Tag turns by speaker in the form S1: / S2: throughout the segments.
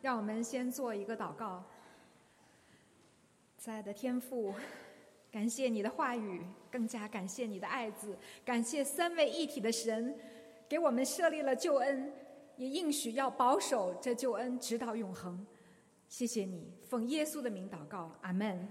S1: 让我们先做一个祷告。亲爱的天父，感谢你的话语，更加感谢你的爱子，感谢三位一体的神给我们设立了救恩，也应许要保守这救恩直到永恒。谢谢你，奉耶稣的名祷告，阿们。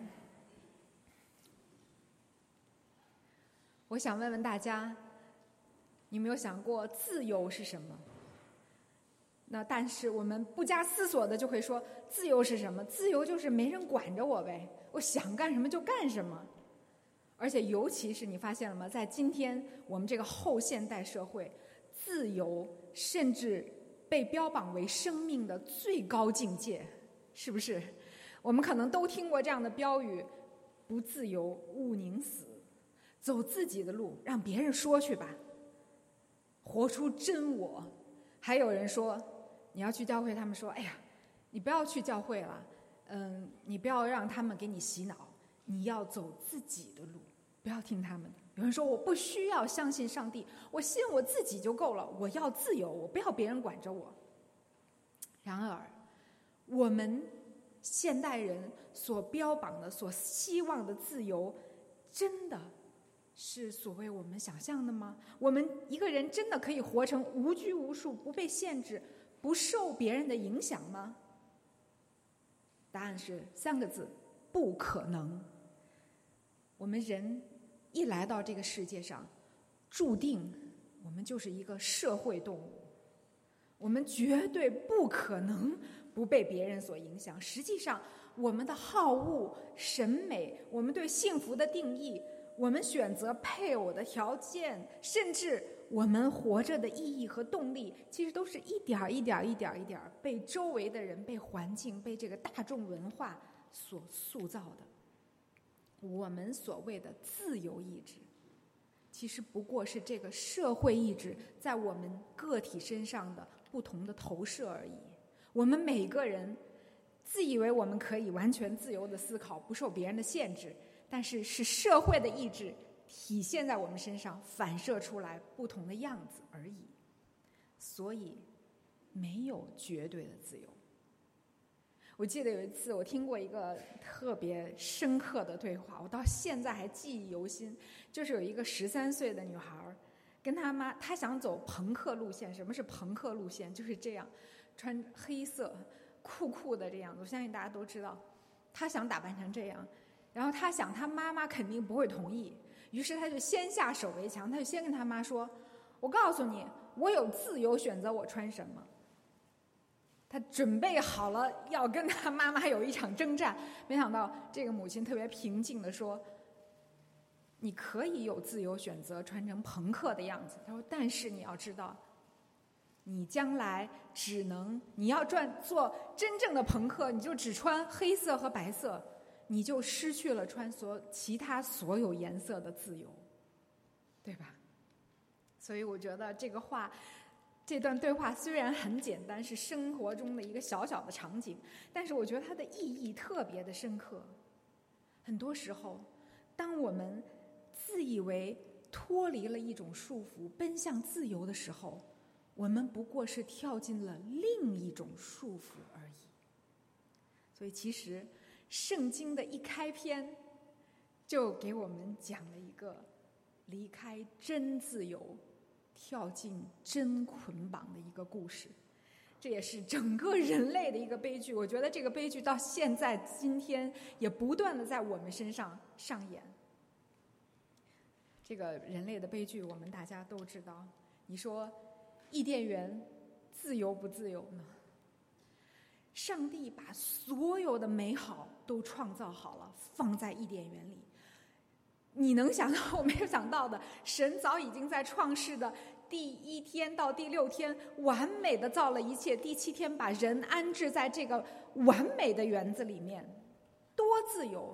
S1: 我想问问大家，你有没有想过自由是什么？那但是我们不加思索的就会说，自由是什么？自由就是没人管着我呗，我想干什么就干什么。而且尤其是你发现了吗，在今天我们这个后现代社会，自由甚至被标榜为生命的最高境界，是不是？我们可能都听过这样的标语：不自由勿宁死，走自己的路，让别人说去吧，活出真我。还有人说，你要去教会，他们说，哎呀，你不要去教会了，你不要让他们给你洗脑，你要走自己的路，不要听他们的。有人说，我不需要相信上帝，我信我自己就够了，我要自由，我不要别人管着我。然而我们现代人所标榜的、所希望的自由，真的是所谓我们想象的吗？我们一个人真的可以活成无拘无束，不被限制，不受别人的影响吗？答案是3个字：不可能。我们人一来到这个世界上，注定我们就是一个社会动物，我们绝对不可能不被别人所影响。实际上，我们的好恶、审美，我们对幸福的定义，我们选择配偶的条件，甚至我们活着的意义和动力，其实都是一点一点被周围的人、被环境、被这个大众文化所塑造的。我们所谓的自由意志，其实不过是这个社会意志在我们个体身上的不同的投射而已。我们每个人自以为我们可以完全自由的思考，不受别人的限制，但是是社会的意志体现在我们身上，反射出来不同的样子而已。所以没有绝对的自由。我记得有一次我听过一个特别深刻的对话，我到现在还记忆犹新。就是有一个13岁的女孩跟她妈，她想走朋克路线。什么是朋克路线？就是这样，穿黑色酷酷的这样子，我相信大家都知道。她想打扮成这样，然后她想她妈妈肯定不会同意，于是她就先下手为强，她就先跟她妈说，我告诉你，我有自由选择我穿什么。他准备好了要跟他妈妈有一场征战，没想到这个母亲特别平静地说，你可以有自由选择穿成朋克的样子，他说，但是你要知道，你将来你要做真正的朋克，你就只穿黑色和白色，你就失去了穿其他所有颜色的自由，对吧？所以我觉得这段对话虽然很简单，是生活中的一个小小的场景，但是我觉得它的意义特别的深刻。很多时候，当我们自以为脱离了一种束缚，奔向自由的时候，我们不过是跳进了另一种束缚而已。所以其实圣经的一开篇就给我们讲了一个离开真自由跳进真捆绑的一个故事，这也是整个人类的一个悲剧。我觉得这个悲剧到现在今天也不断的在我们身上上演。这个人类的悲剧我们大家都知道，你说伊甸园自由不自由呢？上帝把所有的美好都创造好了，放在伊甸园里。你能想到我没有想到的，神早已经在创世的第1天到第6天完美的造了一切，第7天把人安置在这个完美的园子里面，多自由！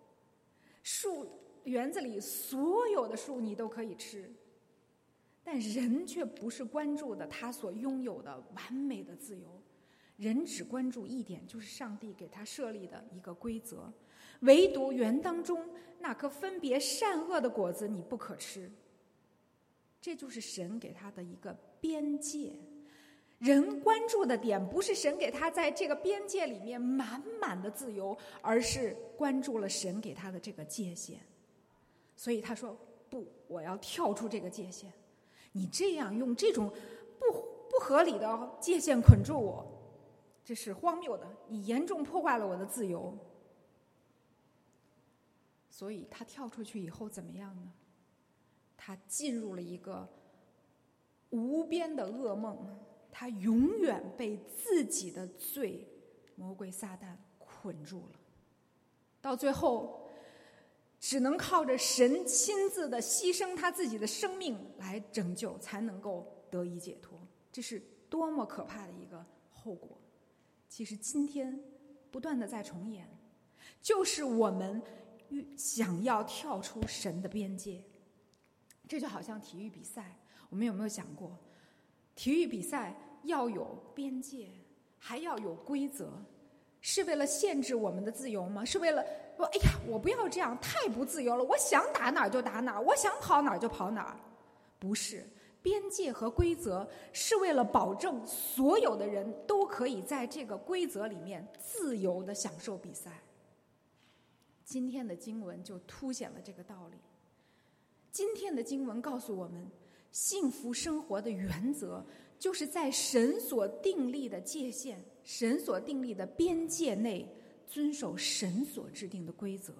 S1: 园子里所有的树你都可以吃，但人却不是关注的他所拥有的完美的自由，人只关注一点，就是上帝给他设立的一个规则，唯独园当中那颗分别善恶的果子你不可吃，这就是神给他的一个边界。 人关注的点不是神给他在这个边界里面满满的自由，而是关注了神给他的这个界限。所以他说不，我要跳出这个界限。你这样用这种不合理的界限捆住我，这是荒谬的，你严重破坏了我的自由。所以他跳出去以后怎么样呢？他进入了一个无边的噩梦，他永远被自己的罪，魔鬼撒旦捆住了。到最后只能靠着神亲自的牺牲他自己的生命来拯救，才能够得以解脱。这是多么可怕的一个后果。其实今天不断的在重演，就是我们想要跳出神的边界。这就好像体育比赛，我们有没有想过，体育比赛要有边界，还要有规则，是为了限制我们的自由吗？是为了说，哎呀，我不要这样，太不自由了，我想打哪儿就打哪儿，我想跑哪儿就跑哪儿。不是，边界和规则是为了保证所有的人都可以在这个规则里面自由地享受比赛。今天的经文就凸显了这个道理。今天的经文告诉我们，幸福生活的原则就是在神所订立的界限、神所订立的边界内，遵守神所制定的规则。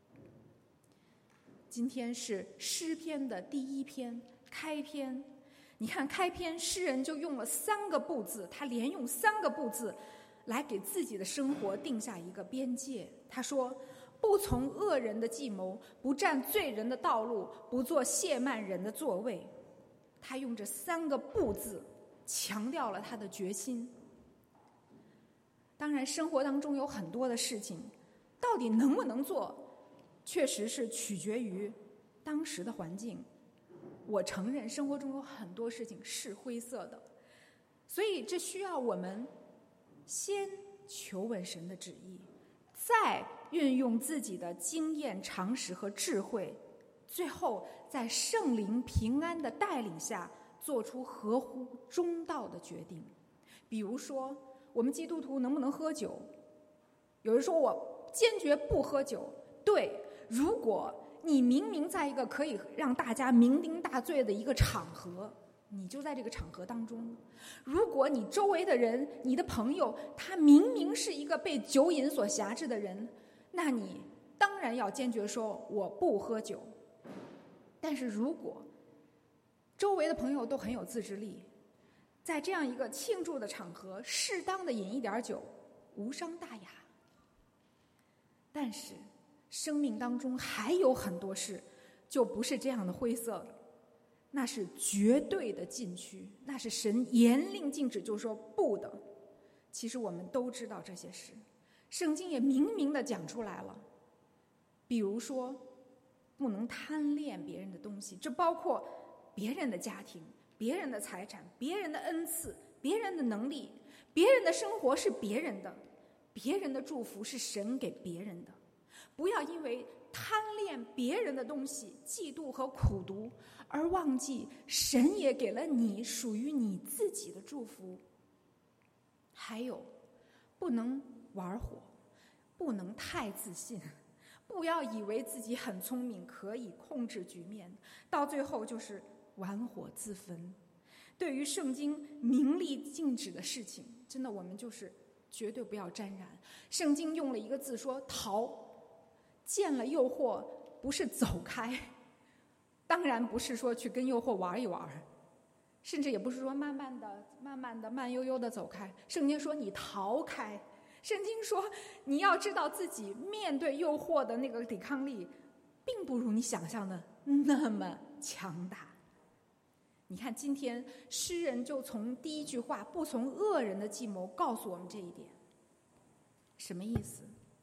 S1: 今天是诗篇的第一篇开篇，你看开篇诗人就用了3个不字，他连用3个不字来给自己的生活定下一个边界。他说，不从恶人的计谋，不占罪人的道路，不做亵慢人的座位。他用这3个不字强调了他的决心。当然生活当中有很多的事情到底能不能做，确实是取决于当时的环境。我承认生活中有很多事情是灰色的，所以这需要我们先求问神的旨意，再运用自己的经验、常识和智慧，最后在圣灵平安的带领下做出合乎中道的决定。比如说我们基督徒能不能喝酒？有人说我坚决不喝酒。对，如果你明明在一个可以让大家酩酊大醉的一个场合，你就在这个场合当中。如果你周围的人，你的朋友，他明明是一个被酒瘾所辖制的人，那你当然要坚决说我不喝酒。但是如果周围的朋友都很有自制力，在这样一个庆祝的场合适当的饮一点酒，无伤大雅。但是生命当中还有很多事就不是这样的灰色的，那是绝对的禁区，那是神严令禁止，就是说不的。其实我们都知道这些事，圣经也明明的讲出来了。比如说不能贪恋别人的东西，这包括别人的家庭、别人的财产、别人的恩赐、别人的能力。别人的生活是别人的，别人的祝福是神给别人的。不要因为贪恋别人的东西、嫉妒和苦毒，而忘记神也给了你属于你自己的祝福。还有，不能玩火，不能太自信，不要以为自己很聪明，可以控制局面，到最后就是玩火自焚。对于圣经明令禁止的事情，真的我们就是绝对不要沾染。圣经用了一个字说逃，见了诱惑不是走开，当然不是说去跟诱惑玩一玩，甚至也不是说慢慢的慢悠悠的走开。圣经说你逃开，圣经说你要知道自己面对诱惑的那个抵抗力并不如你想象的那么强大。你看今天诗人就从第一句话不从恶人的计谋告诉我们这一点。什么意思？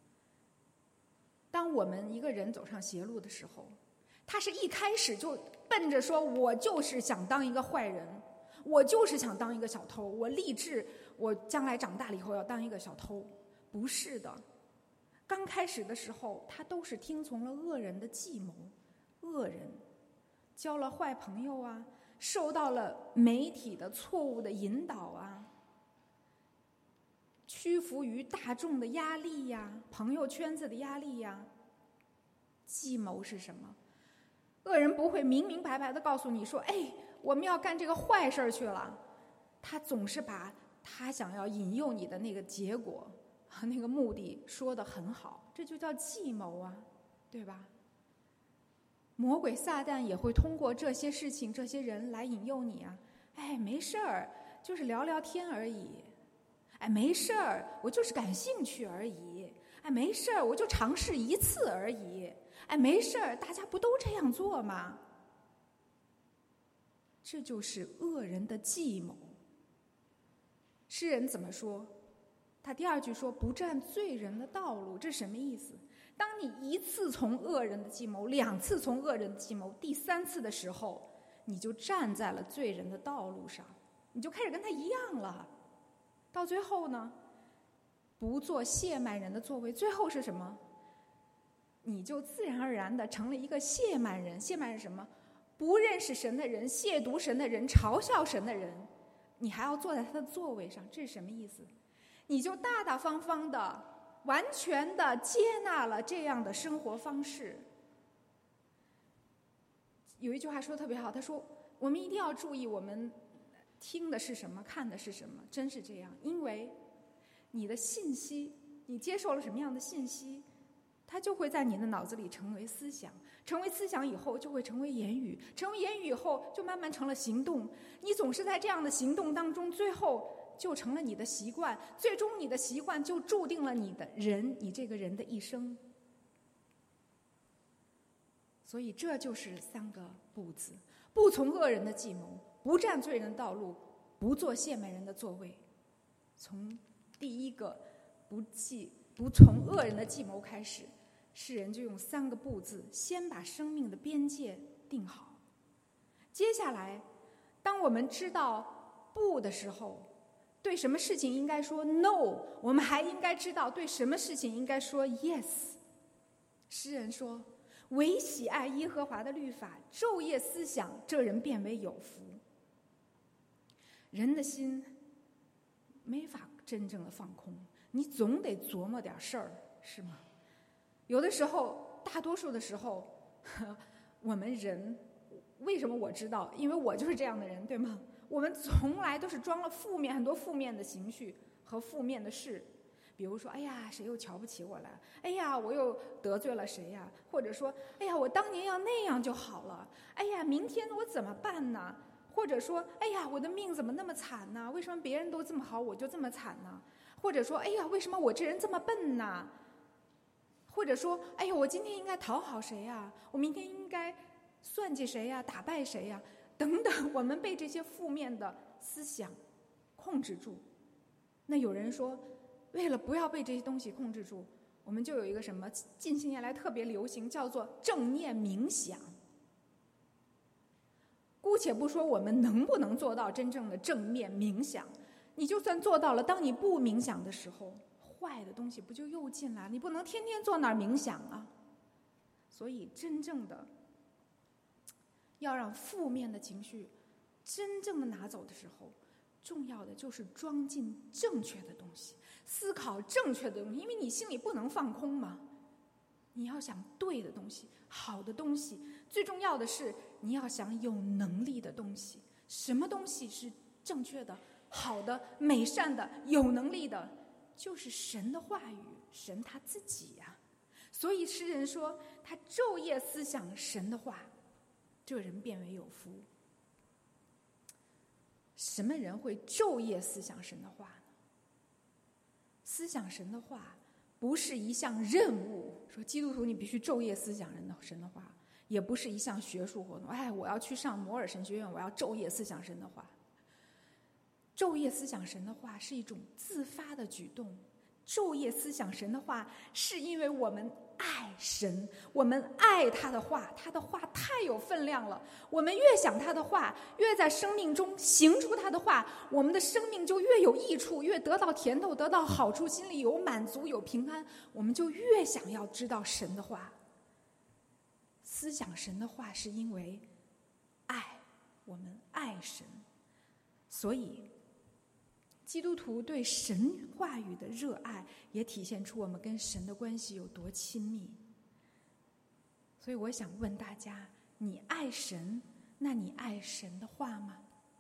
S1: 当我们一个人走上邪路的时候，他是一开始就奔着说我就是想当一个坏人，我就是想当一个小偷，我立志我将来长大了以后要当一个小偷。不是的，刚开始的时候他都是听从了恶人的计谋，恶人交了坏朋友啊，受到了媒体的错误的引导啊， 屈服于大众的压力呀，朋友圈子的压力呀。计谋是什么？恶人不会明明白白的告诉你说，哎，我们要干这个坏事去了。他总是把他想要引诱你的那个结果和那个目的说得很好，这就叫计谋啊，对吧？魔鬼撒旦也会通过这些事情、这些人来引诱你啊。哎，没事儿，就是聊聊天而已。哎，没事儿，我就是感兴趣而已。哎，没事儿，我就尝试一次而已。哎，没事儿，大家不都这样做吗？这就是恶人的计谋。诗人怎么说？他第二句说，不占罪人的道路，这是什么意思？当你一次从恶人的计谋，两次从恶人的计谋，第三次的时候，你就站在了罪人的道路上，你就开始跟他一样了。到最后呢，不做亵慢人的作为，最后是什么？你就自然而然的成了一个亵慢人。亵慢是什么？不认识神的人，亵渎神的人，嘲笑神的人，你还要坐在他的座位上，这是什么意思？你就大大方方的完全的接纳了这样的生活方式。有一句话说得特别好，他说我们一定要注意我们听的是什么，看的是什么，真是这样。因为你的信息，你接受了什么样的信息，它就会在你的脑子里成为思想，成为思想以后就会成为言语，成为言语以后就慢慢成了行动。你总是在这样的行动当中，最后就成了你的习惯，最终你的习惯就注定了你这个人的一生。所以这就是三个不字：不从恶人的计谋，不占罪人的道路，不做亵慢人的座位。从第一个不从恶人的计谋开始，诗人就用三个不字先把生命的边界定好。接下来当我们知道不的时候，对什么事情应该说 no， 我们还应该知道对什么事情应该说 yes。 诗人说，唯喜爱耶和华的律法，昼夜思想，这人变为有福。人的心没法真正的放空，你总得琢磨点事儿，是吗？有的时候，大多数的时候，我们人为什么我知道？因为我就是这样的人，对吗？我们从来都是装了很多负面的情绪和负面的事。比如说，哎呀，谁又瞧不起我了？哎呀，我又得罪了谁呀？或者说，哎呀，我当年要那样就好了。哎呀，明天我怎么办呢？或者说，哎呀，我的命怎么那么惨呢？为什么别人都这么好，我就这么惨呢？或者说，哎呀，为什么我这人这么笨呢？或者说，哎呀，我今天应该讨好谁呀？我明天应该算计谁呀？打败谁呀？等等，我们被这些负面的思想控制住。那有人说，为了不要被这些东西控制住，我们就有一个什么近些年来特别流行，叫做正念冥想。姑且不说我们能不能做到真正的正面冥想，你就算做到了，当你不冥想的时候，坏的东西不就又进来了？你不能天天坐那儿冥想啊。所以真正的要让负面的情绪真正的拿走的时候，重要的就是装进正确的东西，思考正确的东西，因为你心里不能放空嘛。你要想对的东西，好的东西，最重要的是你要想有能力的东西。什么东西是正确的、好的、美善的、有能力的？就是神的话语，神他自己呀。所以诗人说，他昼夜思想神的话，这人变为有福。什么人会昼夜思想神的话呢？思想神的话不是一项任务，说基督徒你必须昼夜思想神的话，也不是一项学术活动。哎，我要去上摩尔神学院，我要昼夜思想神的话。昼夜思想神的话是一种自发的举动。昼夜思想神的话，是因为我们爱神，我们爱他的话，他的话太有分量了。我们越想他的话，越在生命中行出他的话，我们的生命就越有益处，越得到甜头，得到好处，心里有满足，有平安，我们就越想要知道神的话。思想神的话是因为爱，我们爱神。所以基督徒对神话语的热爱，也体现出我们跟神的关系有多亲密。所以我想问大家，你爱神，那你爱神的话吗？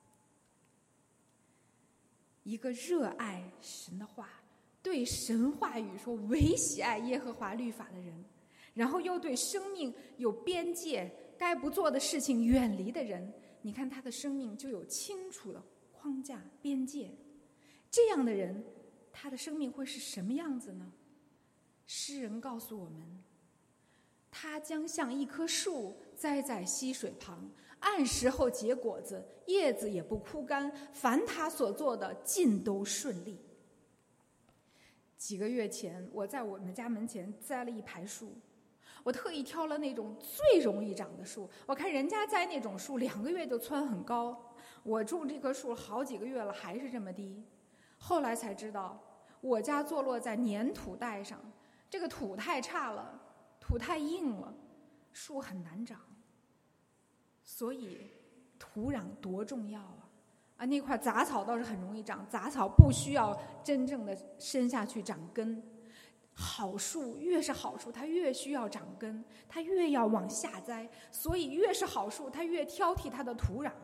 S1: 一个热爱神的话，对神话语说唯喜爱耶和华律法的人，然后又对生命有边界，该不做的事情远离的人，你看他的生命就有清楚的框架边界。这样的人，他的生命会是什么样子呢？诗人告诉我们，他将像一棵树栽在溪水旁，按时候结果子，叶子也不枯干，凡他所做的尽都顺利。几个月前，我在我们家门前栽了一排树，我特意挑了那种最容易长的树。我看人家栽那种树2个月就蹿很高，我种这棵树好几个月了还是这么低。后来才知道，我家坐落在粘土带上，这个土太差了，土太硬了，树很难长。所以土壤多重要啊！那块杂草倒是很容易长，杂草不需要真正的伸下去长根。好树越是好树，它越需要长根，它越要往下栽，所以越是好树，它越挑剔它的土壤。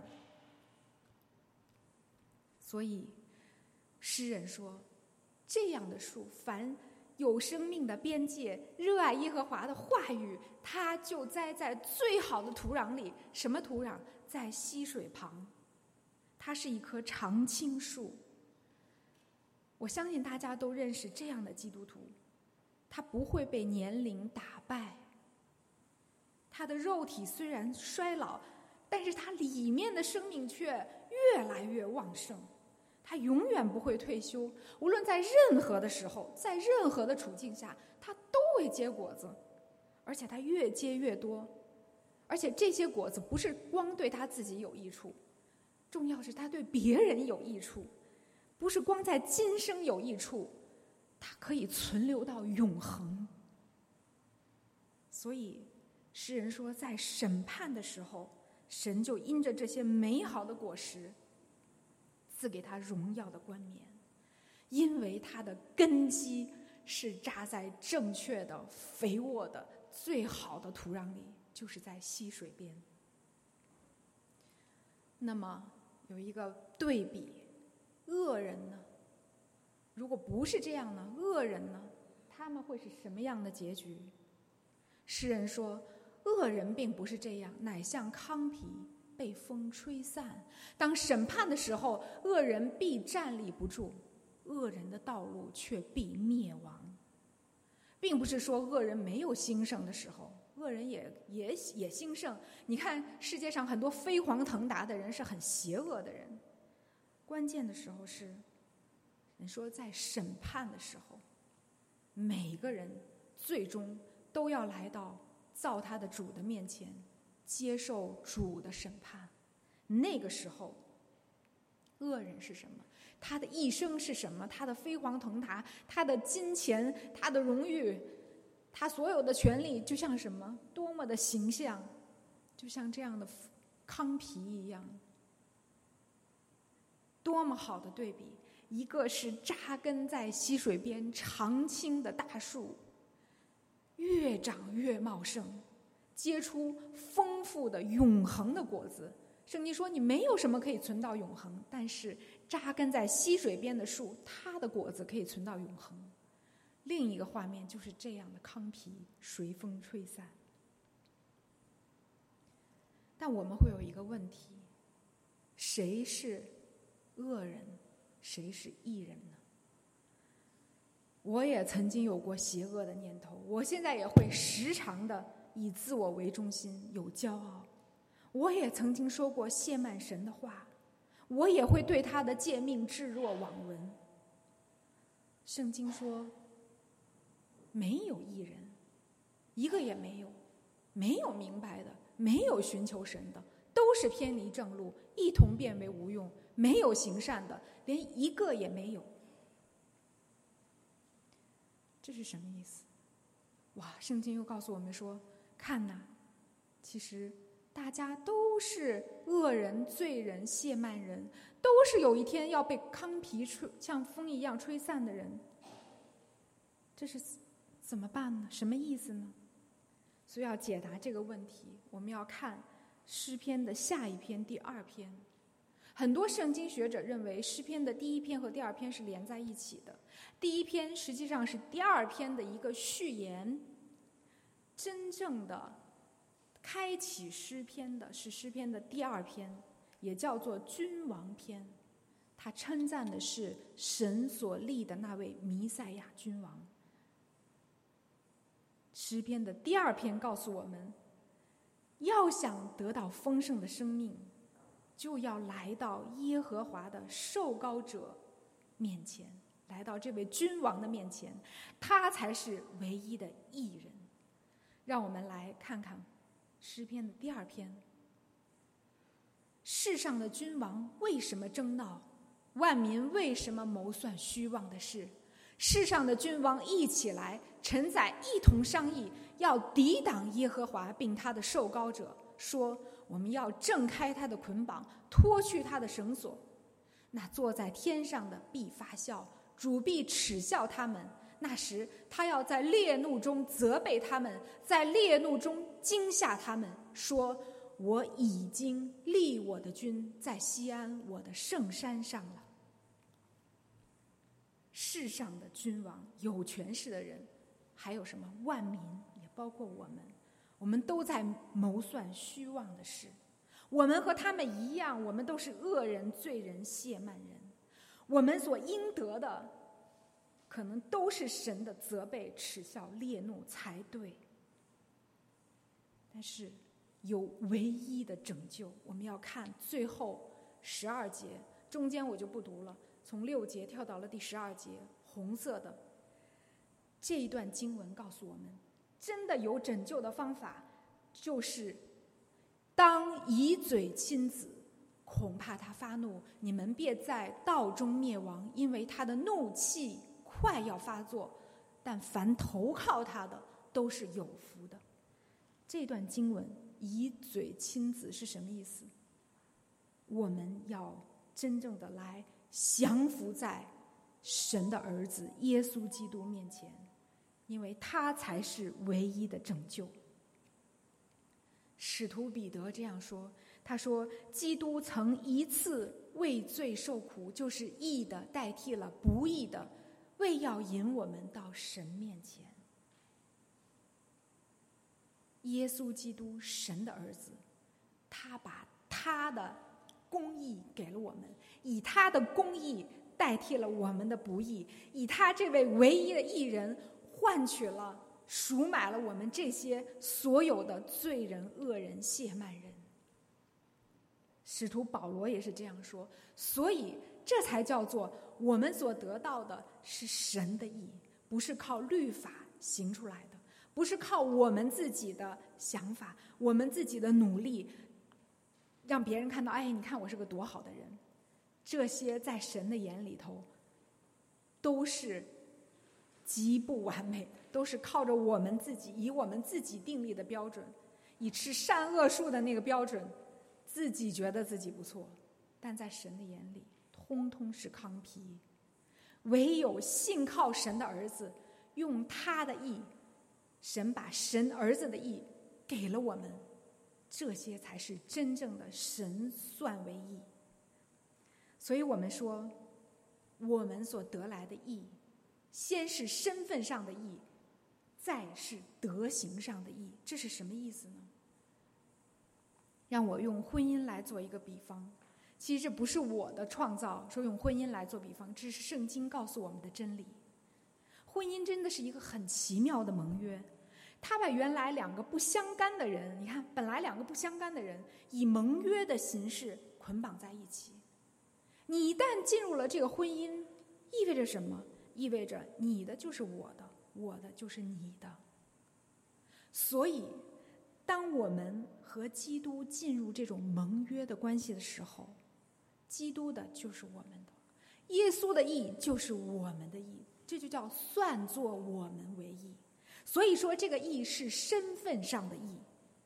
S1: 所以诗人说，这样的树，凡有生命的边界，热爱耶和华的话语，它就栽在最好的土壤里。什么土壤？在溪水旁。它是一棵常青树。我相信大家都认识这样的基督徒，他不会被年龄打败。他的肉体虽然衰老，但是他里面的生命却越来越旺盛。他永远不会退休，无论在任何的时候，在任何的处境下，他都会结果子，而且他越结越多。而且这些果子不是光对他自己有益处，重要是他对别人有益处，不是光在今生有益处，它可以存留到永恒。所以诗人说，在审判的时候，神就因着这些美好的果实赐给他荣耀的冠冕，因为他的根基是扎在正确的肥沃的最好的土壤里，就是在溪水边。那么有一个对比，恶人呢？如果不是这样呢？恶人呢？他们会是什么样的结局？诗人说，恶人并不是这样，乃像糠皮被风吹散。当审判的时候，恶人必站立不住，恶人的道路却必灭亡。并不是说恶人没有兴盛的时候，恶人也兴盛。你看世界上很多飞黄腾达的人是很邪恶的人，关键的时候是你说在审判的时候，每个人最终都要来到造他的主的面前，接受主的审判。那个时候恶人是什么？他的一生是什么？他的飞黄腾达，他的金钱，他的荣誉，他所有的权利，就像什么？多么的形象，就像这样的糠皮一样。多么好的对比！一个是扎根在溪水边常青的大树，越长越茂盛，结出丰富的永恒的果子。圣经说你没有什么可以存到永恒，但是扎根在溪水边的树，它的果子可以存到永恒。另一个画面就是这样的糠皮随风吹散。但我们会有一个问题，谁是恶人，谁是义人呢？我也曾经有过邪恶的念头，我现在也会时常的以自我为中心，有骄傲。我也曾经说过亵慢神的话，我也会对他的诫命置若罔闻。圣经说没有义人，一个也没有，没有明白的，没有寻求神的，都是偏离正路，一同变为无用，没有行善的，连一个也没有。这是什么意思？哇，圣经又告诉我们说，看哪，其实大家都是恶人、罪人、亵慢人，都是有一天要被糠皮像风一样吹散的人。这是怎么办呢？什么意思呢？所以要解答这个问题，我们要看诗篇的下一篇第2篇。很多圣经学者认为诗篇的第1篇和第2篇是连在一起的，第1篇实际上是第2篇的一个序言，真正的开启诗篇的是诗篇的第2篇，也叫做君王篇，他称赞的是神所立的那位弥赛亚君王。诗篇的第2篇告诉我们，要想得到丰盛的生命，就要来到耶和华的受膏者面前，来到这位君王的面前，他才是唯一的义人。让我们来看看诗篇的第2篇。世上的君王为什么争闹？万民为什么谋算虚妄的事？世上的君王一起来，臣宰一同商议，要抵挡耶和华并他的受膏者，说我们要挣开他的捆绑，脱去他的绳索。那坐在天上的必发笑，主必耻笑他们。那时他要在烈怒中责备他们，在烈怒中惊吓他们，说我已经立我的君在西安我的圣山上了。世上的君王，有权势的人，还有什么万民，也包括我们都在谋算虚妄的事。我们和他们一样，我们都是恶人、罪人、亵慢人。我们所应得的可能都是神的责备、耻笑、烈怒才对。但是有唯一的拯救，我们要看最后12节，中间我就不读了，从6节跳到了第12节，红色的这一段经文告诉我们，真的有拯救的方法，就是当以嘴亲子，恐怕他发怒，你们便在道中灭亡，因为他的怒气快要发作，但凡投靠他的都是有福的。这段经文以嘴亲子是什么意思？我们要真正的来降服在神的儿子耶稣基督面前，因为他才是唯一的拯救。使徒彼得这样说，他说基督曾一次为罪受苦，就是义的代替了不义的，为要引我们到神面前。耶稣基督，神的儿子，他把他的公义给了我们，以他的公义代替了我们的不义，以他这位唯一的义人换取了、赎买了我们这些所有的罪人、恶人、亵慢人。使徒保罗也是这样说，所以这才叫做我们所得到的是神的义，不是靠律法行出来的，不是靠我们自己的想法、我们自己的努力让别人看到，哎，你看我是个多好的人。这些在神的眼里头都是极不完美的，都是靠着我们自己，以我们自己定立的标准，以吃善恶树的那个标准，自己觉得自己不错，但在神的眼里通通是糠皮。唯有信靠神的儿子，用他的义，神把神儿子的义给了我们，这些才是真正的神算为义。所以我们说，我们所得来的义，先是身份上的义，再是德行上的义。这是什么意思呢？让我用婚姻来做一个比方，其实这不是我的创造，说用婚姻来做比方，这是圣经告诉我们的真理。婚姻真的是一个很奇妙的盟约，他把原来两个不相干的人，你看本来两个不相干的人以盟约的形式捆绑在一起。你一旦进入了这个婚姻，意味着什么？意味着你的就是我的，我的就是你的。所以当我们和基督进入这种盟约的关系的时候，基督的就是我们的，耶稣的义就是我们的义，这就叫算作我们为义。所以说这个义是身份上的义。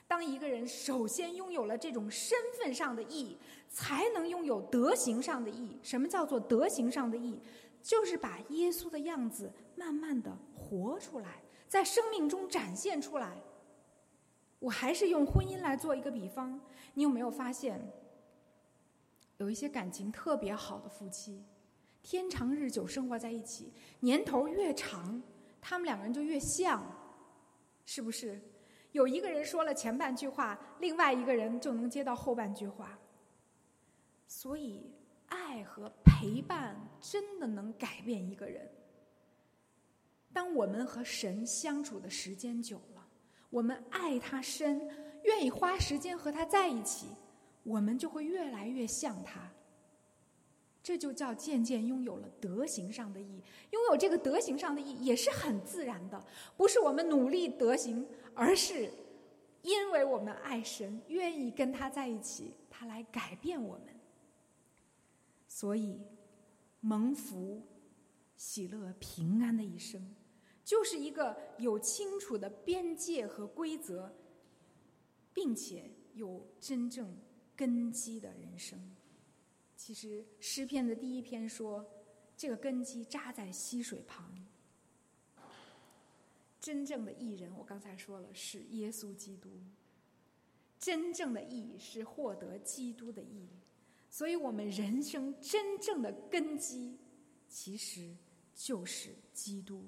S1: 当一个人首先拥有了这种身份上的义，才能拥有德行上的义。什么叫做德行上的义？就是把耶稣的样子慢慢的活出来，在生命中展现出来。我还是用婚姻来做一个比方，你有没有发现，有一些感情特别好的夫妻，天长日久生活在一起，年头越长，他们两个人就越像，是不是？有一个人说了前半句话，另外一个人就能接到后半句话。所以爱和陪伴真的能改变一个人。当我们和神相处的时间久了，我们爱他深，愿意花时间和他在一起，我们就会越来越像他。这就叫渐渐拥有了德行上的义。拥有这个德行上的义也是很自然的，不是我们努力德行，而是因为我们爱神，愿意跟他在一起，他来改变我们。所以蒙福、喜乐、平安的一生，就是一个有清楚的边界和规则，并且有真正根基的人生。其实诗篇的第一篇说，这个根基扎在溪水旁。真正的义人，我刚才说了，是耶稣基督。真正的义是获得基督的义。所以我们人生真正的根基，其实就是基督。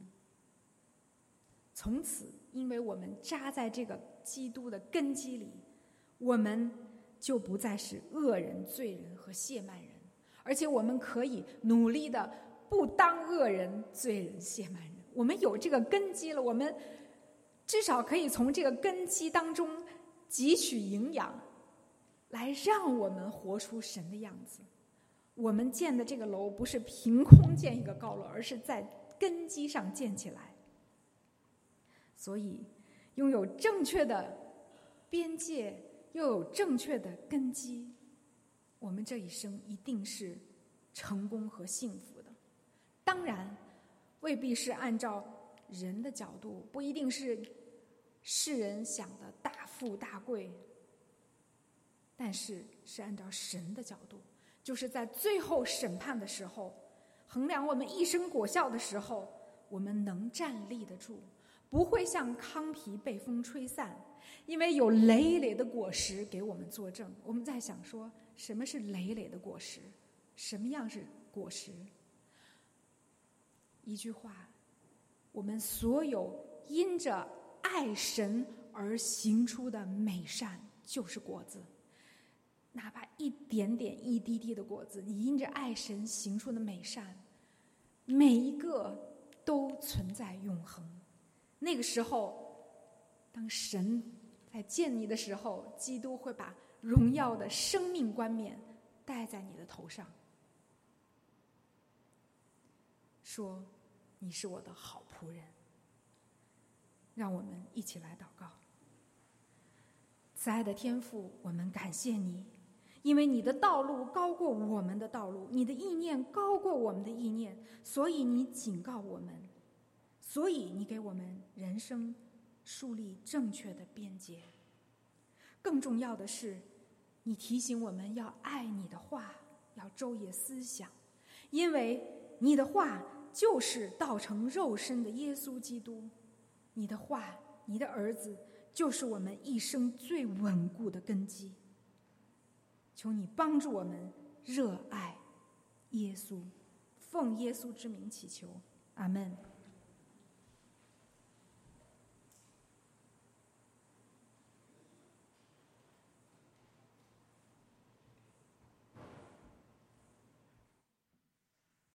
S1: 从此，因为我们扎在这个基督的根基里，我们就不再是恶人、罪人和亵慢人，而且我们可以努力的不当恶人、罪人、亵慢人。我们有这个根基了，我们至少可以从这个根基当中汲取营养，来让我们活出神的样子。我们建的这个楼不是凭空建一个高楼，而是在根基上建起来。所以拥有正确的边界，又有正确的根基，我们这一生一定是成功和幸福的。当然未必是按照人的角度，不一定是世人想的大富大贵，但是是按照神的角度，就是在最后审判的时候，衡量我们一生果效的时候，我们能站立得住，不会像糠皮被风吹散，因为有累累的果实给我们作证。我们在想说，什么是累累的果实？什么样是果实？一句话，我们所有因着爱神而行出的美善就是果子。哪怕一点点、一滴滴的果子，你因着爱神行出的美善，每一个都存在永恒。那个时候，当神在见你的时候，基督会把荣耀的生命冠冕戴在你的头上，说你是我的好仆人。让我们一起来祷告。慈爱的天父，我们感谢你，因为你的道路高过我们的道路，你的意念高过我们的意念，所以你警告我们，所以你给我们人生树立正确的边界。更重要的是，你提醒我们要爱你的话，要昼夜思想，因为你的话就是道成肉身的耶稣基督。你的话，你的儿子，就是我们一生最稳固的根基。求你帮助我们热爱耶稣，奉耶稣之名祈求，阿们。